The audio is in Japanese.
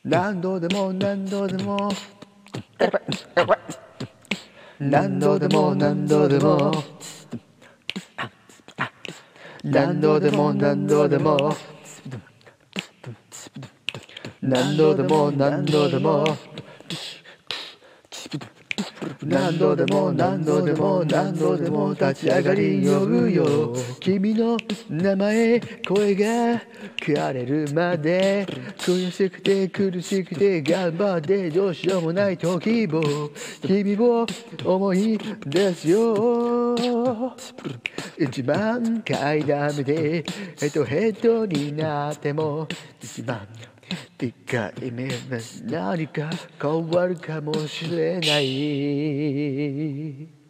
何度でも何度でも何度でも何度でも何度でも何度でも何度でも何度でも何度でも何度でも何度でも立ち上がり呼ぶよ君の名前声が聞かれるまで悔しくて苦しくて頑張ってどうしようもない時も君を思い出すよ一番階段見てヘトヘトになっても一番でかい目で何か変わるかもしれない